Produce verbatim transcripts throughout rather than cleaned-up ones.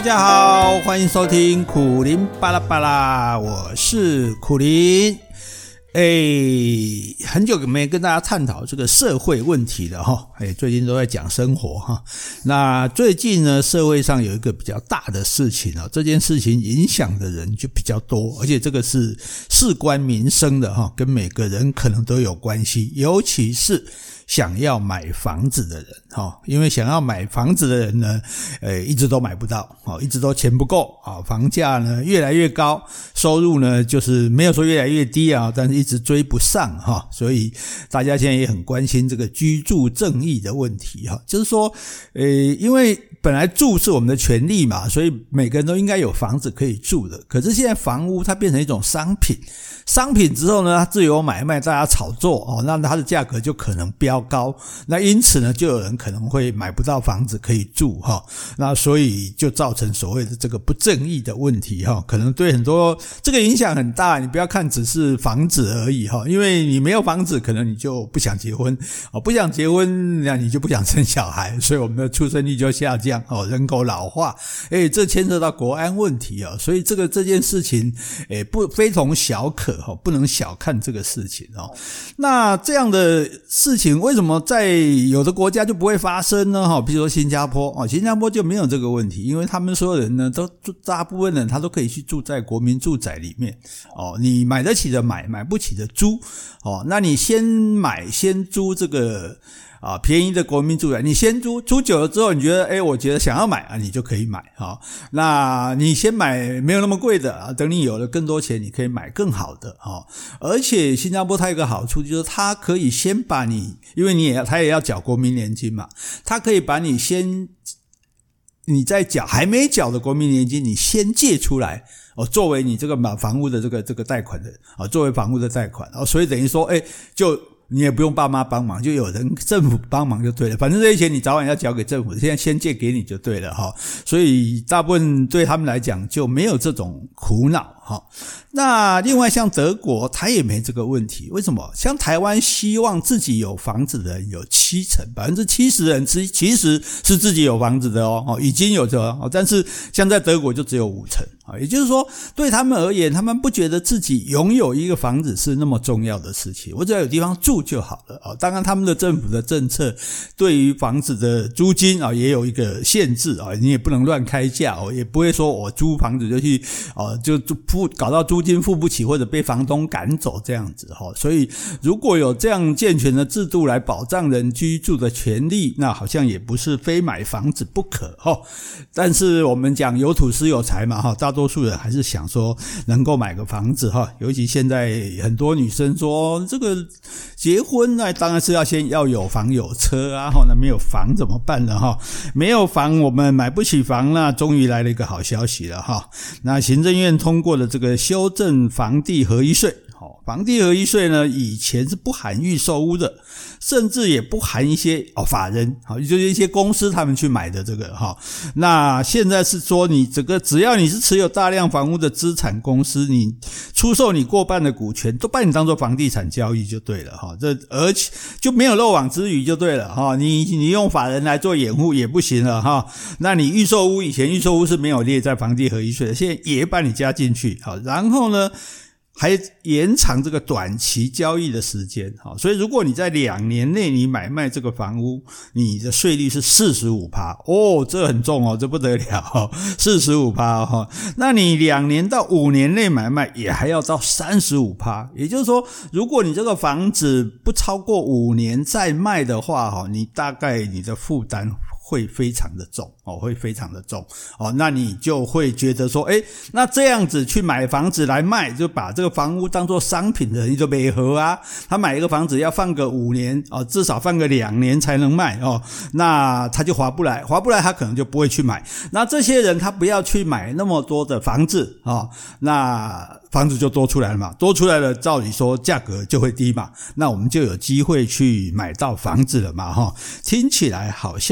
家好，欢迎收听苦苓巴拉巴拉，我是苦苓。诶，很久没跟大家探讨这个社会问题了齁，诶，最近都在讲生活齁。那最近呢，社会上有一个比较大的事情哦，这件事情影响的人就比较多，而且这个是事关民生的齁，跟每个人可能都有关系，尤其是想要买房子的人齁，因为想要买房子的人呢，呃，一直都买不到齁，一直都钱不够啊，房价呢越来越高，收入呢就是没有说越来越低啊，但是一直追不上哈，所以大家现在也很关心这个居住正义的问题哈，就是说，呃，因为本来住是我们的权利嘛，所以每个人都应该有房子可以住的。可是现在房屋它变成一种商品，商品之后呢，它自由买卖，大家炒作哦，那它的价格就可能飙高，那因此呢，就有人可能会买不到房子可以住哈，那所以就造成所谓的这个不正义的问题哈，可能对很多这个影响很大。你不要看只是房子而已哈，因为你没有房子，可能你就不想结婚哦，不想结婚，那你就不想生小孩，所以我们的出生率就下降哦，人口老化，诶，这牵涉到国安问题哦，所以这个这件事情，诶，不非同小可哦，不能小看这个事情哦。那这样的事情为什么在有的国家就不会发生呢？哈，比如说新加坡哦，新加坡就没有这个问题，因为他们所有人呢，都大部分人他都可以去住在国民住宅里面哦，你买得起的买，买不起的租哦。那你先买先租这个啊，便宜的国民住宅，你先租，租久了之后，你觉得，诶，我觉得想要买啊，你就可以买哈。那你先买没有那么贵的啊，等你有了更多钱，你可以买更好的哈。而且新加坡它有个好处，就是它可以先把你，因为你也要，它也要缴国民年金嘛，它可以把你先，你在缴还没缴的国民年金，你先借出来。哦，作为你这个买房屋的这个这个贷款的啊，作为房屋的贷款，哦，所以等于说，诶，就你也不用爸妈帮忙，就有人政府帮忙就对了。反正这些钱你早晚要交给政府，现在先借给你就对了哈。所以大部分对他们来讲就没有这种苦恼哈。那另外像德国，他也没这个问题，为什么？像台湾希望自己有房子的人有七成，百分之七十人其实是自己有房子的哦，已经有着哦，但是像在德国就只有五成啊，也就是说对他们而言，他们不觉得自己拥有一个房子是那么重要的事情，我只要有地方住就好了啊。当然他们的政府的政策对于房子的租金啊也有一个限制啊，你也不能乱开价哦，也不会说我租房子就去啊就付搞到租金付不起或者被房东赶走这样子哈。所以如果有这样健全的制度来保障人居住的权利，那好像也不是非买房子不可哈。但是我们讲有土斯有财嘛哈，大多数人还是想说能够买个房子哈，尤其现在很多女生说这个结婚那当然是要先要有房有车啊，那没有房怎么办呢哈？没有房我们买不起房，那终于来了一个好消息了哈。那行政院通过了这个修正房地合一税。房地合一税呢，以前是不含预售屋的，甚至也不含一些哦法人，好，就是一些公司他们去买的这个哈。那现在是说你这个只要你是持有大量房屋的资产公司，你出售你过半的股权，都把你当作房地产交易就对了哈。这而且就没有漏网之鱼就对了哈。你你用法人来做掩护也不行了哈。那你预售屋以前预售屋是没有列在房地合一税的，现在也把你加进去好，然后呢？还延长这个短期交易的时间，好，所以如果你在两年内你买卖这个房屋，你的税率是 百分之四十五， 哦，这很重哦，这不得了 百分之四十五 哦，那你两年到五年内买卖也还要到 百分之三十五， 也就是说如果你这个房子不超过五年再卖的话，你大概你的负担会非常的重哦，会非常的重哦，那你就会觉得说，诶，那这样子去买房子来卖，就把这个房屋当作商品的人就没合啊。他买一个房子要放个五年哦，至少放个两年才能卖哦，那他就划不来，划不来他可能就不会去买。那这些人他不要去买那么多的房子哦，那房子就多出来了嘛，多出来了，照理说价格就会低嘛，那我们就有机会去买到房子了嘛哈。听起来好像是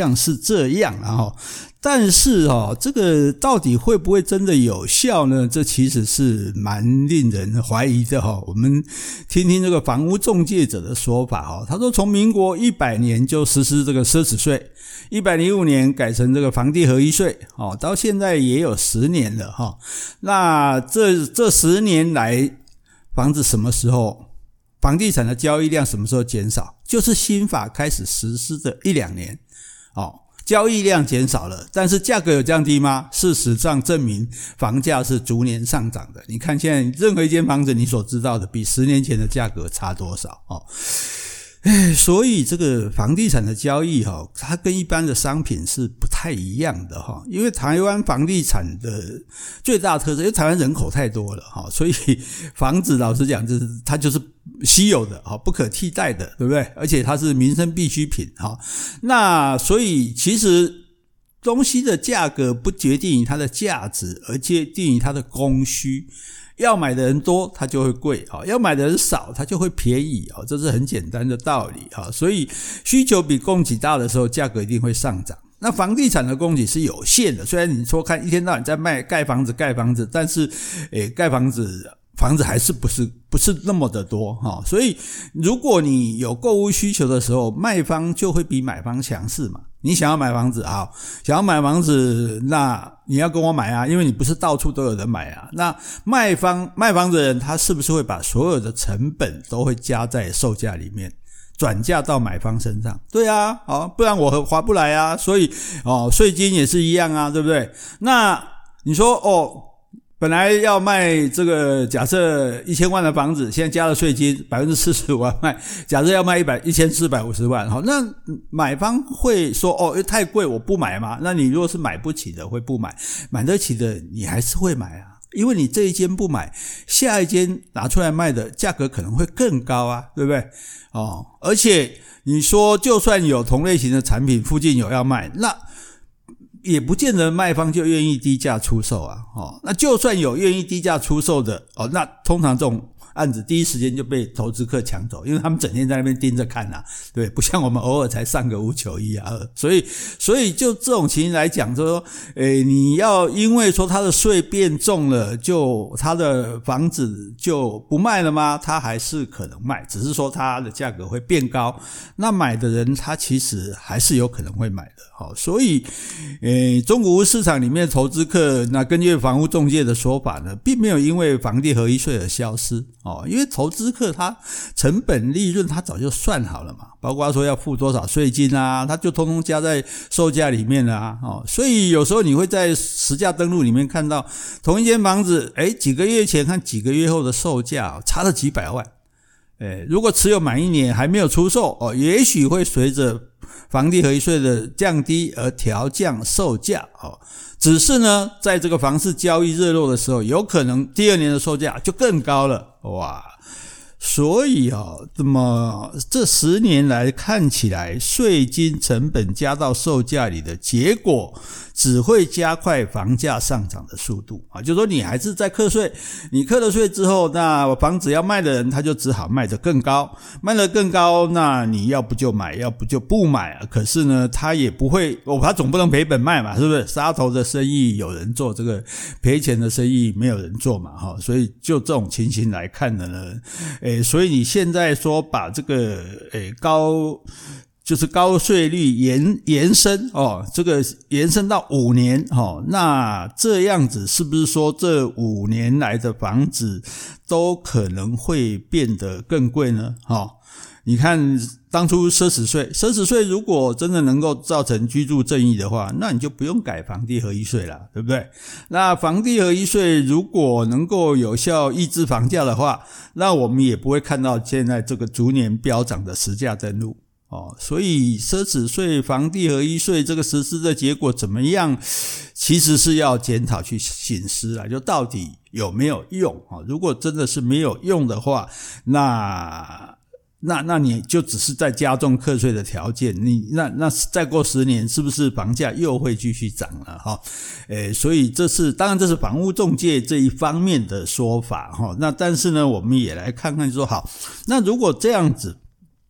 这样啊齁。但是哦，这个到底会不会真的有效呢？这其实是蛮令人怀疑的齁。我们听听这个房屋中介者的说法齁，他说从民国一百年就实施这个奢侈税，一百零五年改成这个房地合一税齁，到现在也有十年了齁。那这这十年来，房子什么时候房地产的交易量什么时候减少？就是新法开始实施的一两年哦。交易量减少了，但是价格有降低吗？事实上证明房价是逐年上涨的。你看现在任何一间房子你所知道的比十年前的价格差多少哦？哎，所以这个房地产的交易齁，它跟一般的商品是不太一样的齁，因为台湾房地产的最大特色，因为台湾人口太多了齁，所以房子老实讲就是它就是稀有的齁，不可替代的，对不对？而且它是民生必需品齁，那所以其实东西的价格不决定于它的价值，而决定于它的供需。要买的人多它就会贵，要买的人少它就会便宜，这是很简单的道理。所以需求比供给大的时候价格一定会上涨。那房地产的供给是有限的，虽然你说看一天到晚在卖盖房子盖房子，但是诶盖房子房子还是不是不是那么的多齁，所以如果你有购物需求的时候，卖方就会比买方强势嘛。你想要买房子，好，想要买房子，那你要跟我买啊，因为你不是到处都有人买啊。那卖方卖房的人，他是不是会把所有的成本都会加在售价里面，转嫁到买方身上？对啊，哦，不然我划不来啊。所以哦，税金也是一样啊，对不对？那你说哦，本来要卖这个假设一千万的房子，现在加了税金 百分之四十五 要卖，假设要卖一百一千四百五十万，好，那买方会说哦太贵我不买嘛？那你如果是买不起的会不买，买得起的你还是会买啊，因为你这一间不买，下一间拿出来卖的价格可能会更高啊，对不对？哦，而且你说就算有同类型的产品附近有要卖，那也不见得卖方就愿意低价出售啊，哦，那就算有愿意低价出售的，哦，那通常这种案子第一时间就被投资客抢走，因为他们整天在那边盯着看啊，对，不像我们偶尔才上个五九一啊，所以所以就这种情形来讲，就说，诶，你要因为说他的税变重了，就他的房子就不卖了吗？他还是可能卖，只是说他的价格会变高，那买的人他其实还是有可能会买的，好，所以，诶，中古屋市场里面投资客，那根据房屋中介的说法呢，并没有因为房地合一税而消失。哦，因为投资客他成本利润他早就算好了嘛，包括说要付多少税金啊，他就通通加在售价里面了啊。哦，所以有时候你会在实价登录里面看到同一间房子，诶，几个月前和几个月后的售价差了几百万。诶，如果持有满一年还没有出售，哦，也许会随着房地合一税的降低而调降售价，哦。只是呢，在这个房市交易热络的时候，有可能第二年的售价就更高了，哇！所以哦，那么这十年来看起来，税金成本加到售价里的结果，只会加快房价上涨的速度啊！就是说你还是在课税，你课了税之后，那房子要卖的人他就只好卖得更高，卖得更高，那你要不就买，要不就不买啊。可是呢，他也不会，哦，他总不能赔本卖嘛，是不是？杀头的生意有人做，这个赔钱的生意没有人做嘛，哈。所以就这种情形来看的呢，诶，所以你现在说把这个诶高。就是高税率延延伸哦，这个延伸到五年哦，那这样子是不是说这五年来的房子都可能会变得更贵呢？哦，你看当初奢侈税，奢侈税如果真的能够造成居住正义的话，那你就不用改房地合一税了，对不对？那房地合一税如果能够有效抑制房价的话，那我们也不会看到现在这个逐年飙涨的实价登录。哦，所以奢侈税、房地合一税这个实施的结果怎么样，其实是要检讨去省思啦，就到底有没有用啊？如果真的是没有用的话，那那那你就只是在加重课税的条件，你那那再过十年是不是房价又会继续涨了哈？诶，所以这是当然这是房屋中介这一方面的说法哈。那但是呢，我们也来看看说好，那如果这样子。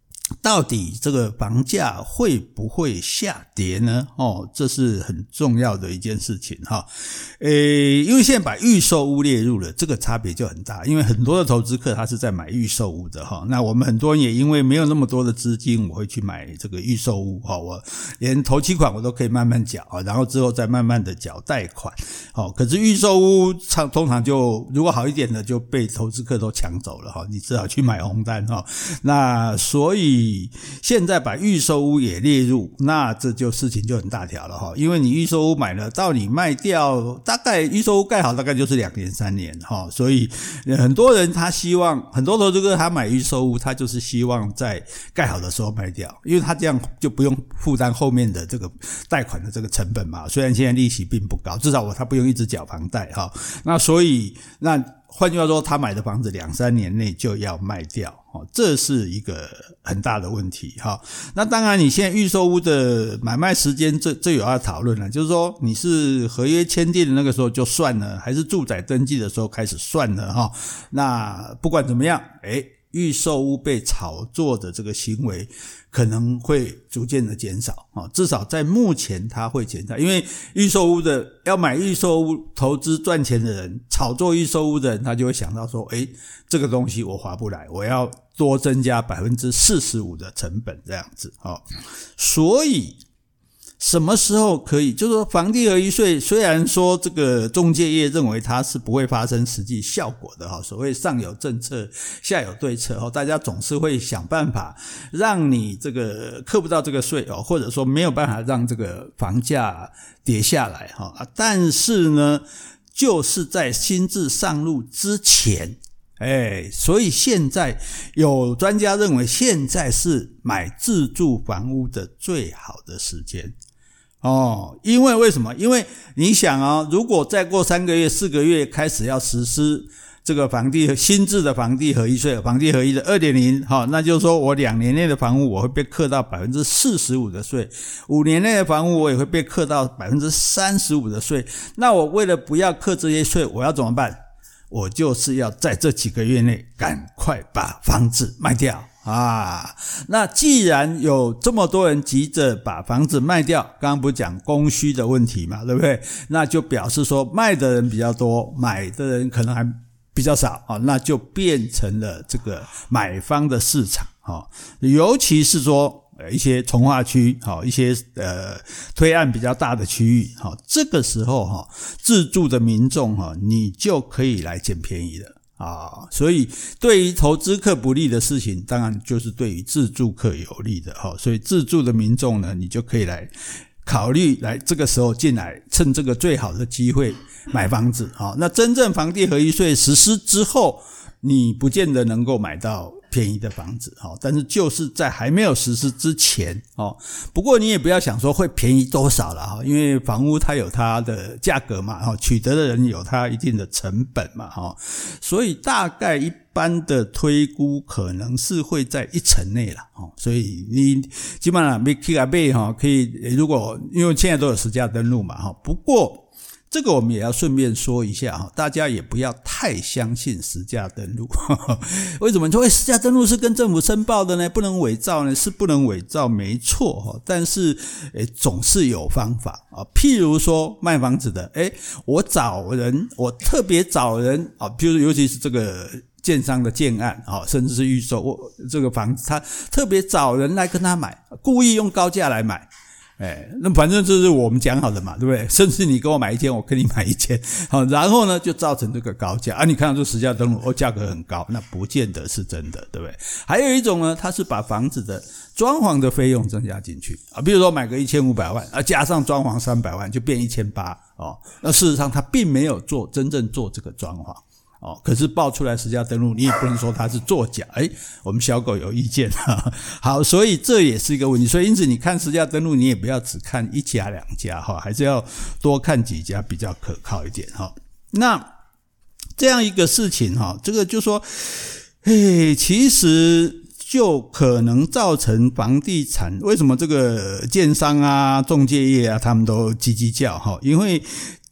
到底这个房价会不会下跌呢？哦，这是很重要的一件事情哈。诶，因为现在把预售屋列入了，这个差别就很大。因为很多的投资客他是在买预售屋的哈。那我们很多人也因为没有那么多的资金，我会去买这个预售屋哈。我连头期款我都可以慢慢缴，然后之后再慢慢的缴贷款。好，可是预售屋通常就如果好一点的就被投资客都抢走了哈，你只好去买红单哈。那所以现在把预售屋也列入，那这就事情就很大条了哈。因为你预售屋买了，到你卖掉，大概预售屋盖好大概就是两年三年哈。所以很多人他希望，很多投资客他买预售屋，他就是希望在盖好的时候卖掉，因为他这样就不用负担后面的这个贷款的这个成本嘛。虽然现在利息并不高，至少我他不用一直缴房贷哈。那所以那换句话说，他买的房子两三年内就要卖掉，这是一个很大的问题哈。那当然，你现在预售屋的买卖时间，这这有要讨论了，就是说你是合约签订的那个时候就算了，还是住宅登记的时候开始算了哈。那不管怎么样，诶，预售屋被炒作的这个行为可能会逐渐的减少，至少在目前它会减少。因为预售屋的要买预售屋投资赚钱的人，炒作预售屋的人，他就会想到说，诶，这个东西我划不来，我要多增加 百分之四十五 的成本这样子。所以什么时候可以，就是说房地合一税虽然说这个中介业认为它是不会发生实际效果的，所谓上有政策下有对策，大家总是会想办法让你这个课不到这个税，或者说没有办法让这个房价跌下来，但是呢就是在新制上路之前，哎，所以现在有专家认为现在是买自住房屋的最好的时间哦。因为为什么？因为你想哦，如果再过三个月四个月开始要实施这个房地新制的房地合一税，房地合一的 二点零， 好，那就是说我两年内的房屋我会被课到 百分之四十五 的税，五年内的房屋我也会被课到 百分之三十五 的税。那我为了不要课这些税，我要怎么办？我就是要在这几个月内赶快把房子卖掉啊！那既然有这么多人急着把房子卖掉，刚刚不是讲供需的问题嘛，对不对？那就表示说卖的人比较多，买的人可能还比较少啊，那就变成了这个买方的市场啊，尤其是说一些从化区，一些呃推案比较大的区域，这个时候自住的民众你就可以来捡便宜了啊。所以对于投资客不利的事情，当然就是对于自住客有利的，所以自住的民众呢，你就可以来考虑来这个时候进来，趁这个最好的机会买房子。那真正房地合一税实施之后，你不见得能够买到便宜的房子，但是就是在还没有实施之前，不过你也不要想说会便宜多少啦，因为房屋它有它的价格嘛，取得的人有它一定的成本嘛，所以大概一般的推估可能是会在一成内啦，所以你基本上你去买可以，如果因为现在都有实价登录嘛，不过这个我们也要顺便说一下，大家也不要太相信实价登录。为什么说实价登录是跟政府申报的呢？不能伪造呢？是不能伪造没错，但是诶总是有方法啊。譬如说卖房子的，诶我找人，我特别找人啊，譬如尤其是这个建商的建案，甚至是预售，我这个房子他特别找人来跟他买，故意用高价来买。哎，那反正这是我们讲好的嘛，对不对？甚至你跟我买一间，我跟你买一间，好，然后呢就造成这个高价啊！你看到这实价登录，哦，价格很高，那不见得是真的，对不对？还有一种呢，它是把房子的装潢的费用增加进去啊，比如说买个一千五百万啊，加上装潢三百万就变一千八百哦，那事实上它并没有做真正做这个装潢。哦，可是报出来实价登录，你也不能说它是作假。诶，我们小狗有意见。好，所以这也是一个问题。所以因此你看实价登录，你也不要只看一家两家，还是要多看几家比较可靠一点。那这样一个事情，这个就说，嘿，其实就可能造成房地产为什么这个建商啊、仲介业啊他们都叽叽叫，因为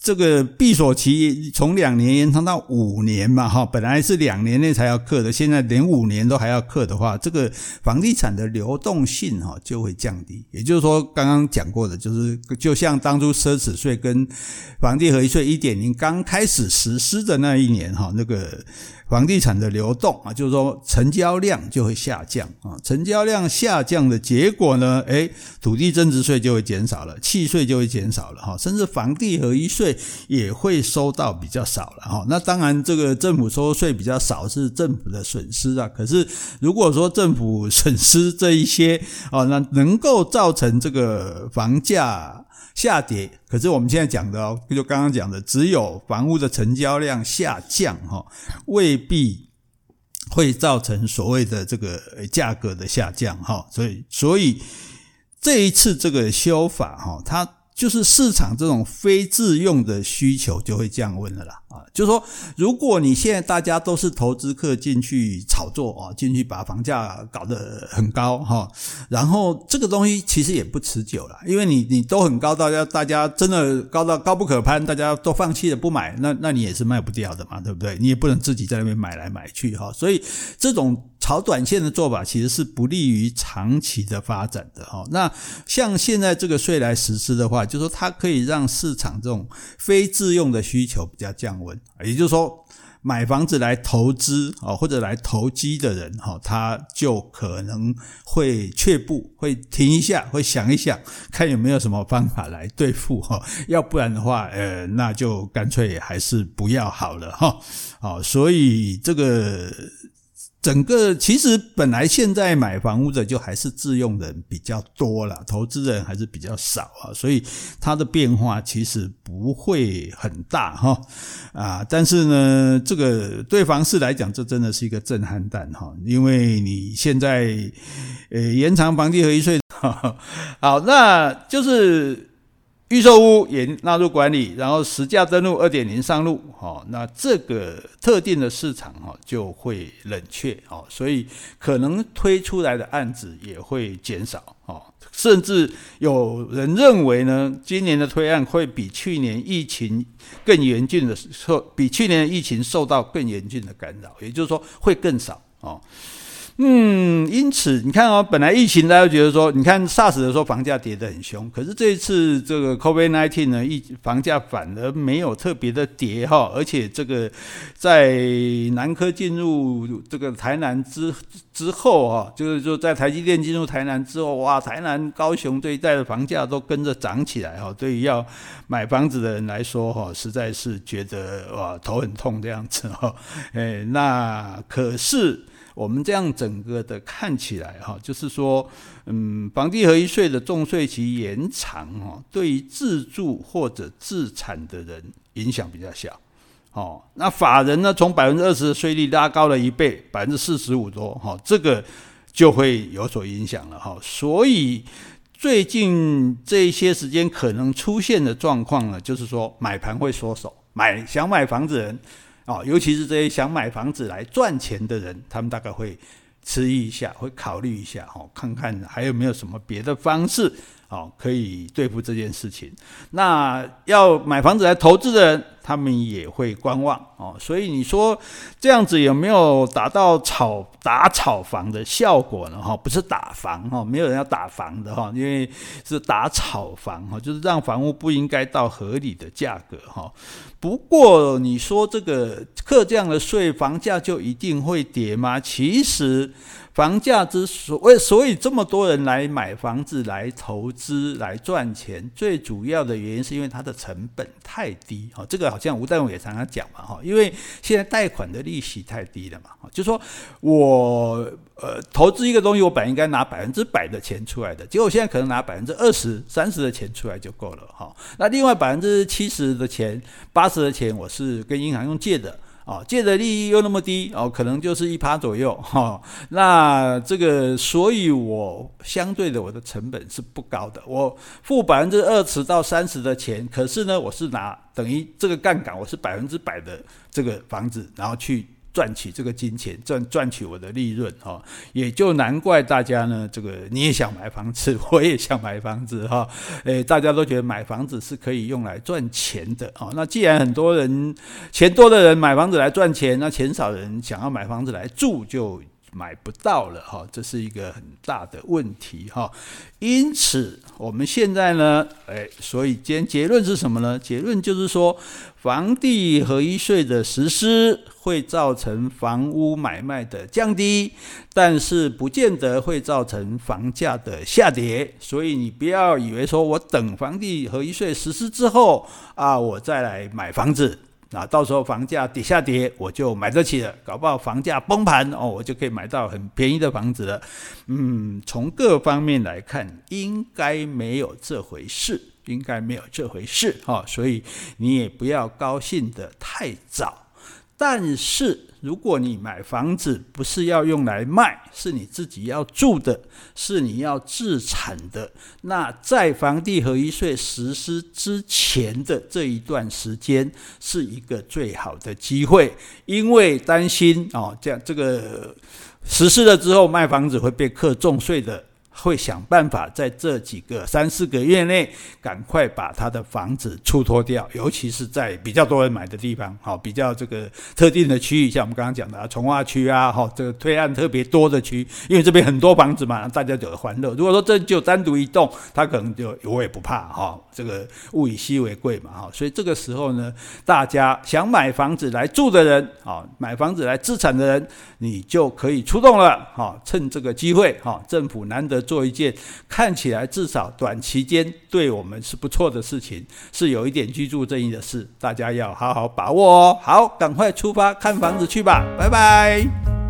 这个闭锁期从两年延长到五年嘛，哈，本来是两年内才要课的，现在连五年都还要课的话，这个房地产的流动性哈就会降低。也就是说，刚刚讲过的，就是就像当初奢侈税跟房地合一税 一点零 刚开始实施的那一年哈，那个房地产的流动啊，就是说成交量就会下降啊，成交量下降的结果呢，诶，土地增值税就会减少了，契税就会减少了哈，甚至房地合一税也会收到比较少了哈。那当然，这个政府收税比较少是政府的损失啊。可是如果说政府损失这一些啊，那能够造成这个房价下跌，可是我们现在讲的哦，就刚刚讲的，只有房屋的成交量下降哈，未必会造成所谓的这个价格的下降哈。所以，所以这一次这个修法哈，它就是市场这种非自用的需求就会降温了啦啊，就是说，如果你现在大家都是投资客进去炒作啊，进去把房价搞得很高哈，然后这个东西其实也不持久啦，因为你你都很高，大家大家真的高到高不可攀，大家都放弃了不买，那那你也是卖不掉的嘛，对不对？你也不能自己在那边买来买去哈，所以这种炒短线的做法其实是不利于长期的发展的哈。那像现在这个税来实施的话，就是说它可以让市场这种非自用的需求比较降温，也就是说买房子来投资或者来投机的人他就可能会却步，会停一下，会想一想看有没有什么方法来对付，要不然的话呃，那就干脆还是不要好了哈。所以这个整个其实本来现在买房屋的就还是自用人比较多啦，投资人还是比较少啊，所以它的变化其实不会很大哈啊，但是呢，这个对房市来讲，这真的是一个震撼弹哈，因为你现在呃延长房地合一税，好，那就是预售屋也纳入管理，然后实价登录 二点零 上路，那这个特定的市场就会冷却，所以可能推出来的案子也会减少，甚至有人认为呢，今年的推案会比去年疫情更严峻的比去年的疫情受到更严峻的干扰，也就是说会更少。嗯，因此你看哦，本来疫情大家觉得说，你看 SARS 的时候房价跌得很凶，可是这一次这个 COVID 十九 呢，房价反而没有特别的跌哈，而且这个在南科进入这个台南之之后啊，就是说在台积电进入台南之后，哇，台南、高雄这一带的房价都跟着涨起来哈，对于要买房子的人来说哈，实在是觉得哇头很痛这样子哈，哎，那可是。我们这样整个的看起来哈，就是说，嗯，房地合一税的重税期延长哈，对于自住或者自产的人影响比较小。哦，那法人呢，从 百分之二十 的税率拉高了一倍 百分之四十五 多，哈，这个就会有所影响了哈。所以最近这一些时间可能出现的状况呢，就是说买盘会缩手，买想买房子的人。哦，尤其是这些想买房子来赚钱的人，他们大概会迟疑一下，会考虑一下，哦，看看还有没有什么别的方式，哦，可以对付这件事情。那要买房子来投资的人，他们也会观望，哦，所以你说这样子有没有达到炒打炒房的效果呢？哈，不是打房哈，没有人要打房的哈，因为是打炒房哈，就是让房屋不应该到合理的价格哈。不过你说这个课这样的税，房价就一定会跌吗？其实房价之所以所以这么多人来买房子来投资来赚钱，最主要的原因是因为它的成本太低，这个好像吴淡如也常常讲嘛，因为现在贷款的利息太低了嘛，就是说我呃投资一个东西，我本来应该拿百分之百的钱出来的，结果现在可能拿百分之二十、三十的钱出来就够了哈。那另外百分之七十的钱、八十的钱，我是跟银行用借的。哦，借的利益又那么低，哦，可能就是一趴左右，哈、哦，那这个，所以我相对的我的成本是不高的，我付百分之二十到三十的钱，可是呢，我是拿等于这个杠杆，我是百分之百的这个房子，然后去赚取这个金钱，赚赚取我的利润哈，也就难怪大家呢，这个你也想买房子，我也想买房子哈，诶，大家都觉得买房子是可以用来赚钱的啊。那既然很多人钱多的人买房子来赚钱，那钱少的人想要买房子来住就买不到了哈，这是一个很大的问题哈。因此我们现在呢，哎，所以今天结论是什么呢？结论就是说，房地合一税的实施会造成房屋买卖的降低，但是不见得会造成房价的下跌。所以你不要以为说我等房地合一税实施之后啊，我再来买房子。啊，到时候房价跌下跌，我就买得起了。搞不好房价崩盘哦，我就可以买到很便宜的房子了。嗯，从各方面来看，应该没有这回事，应该没有这回事哈、哦。所以你也不要高兴得太早。但是如果你买房子不是要用来卖，是你自己要住的，是你要自产的，那在房地合一税实施之前的这一段时间是一个最好的机会，因为担心哦，这样这个实施了之后卖房子会被课重税的，会想办法在这几个三四个月内赶快把他的房子出脱掉，尤其是在比较多人买的地方，好，比较这个特定的区域，像我们刚刚讲的重划区啊，好，这个推案特别多的区，因为这边很多房子嘛，大家就有欢乐。如果说这就单独一栋，他可能就我也不怕哈，这个物以稀为贵嘛哈，所以这个时候呢，大家想买房子来住的人，好，买房子来资产的人，你就可以出动了，好，趁这个机会，好，政府难得做一件看起来至少短期间对我们是不错的事情，是有一点居住正义的事，大家要好好把握哦。好，赶快出发看房子去吧，拜拜。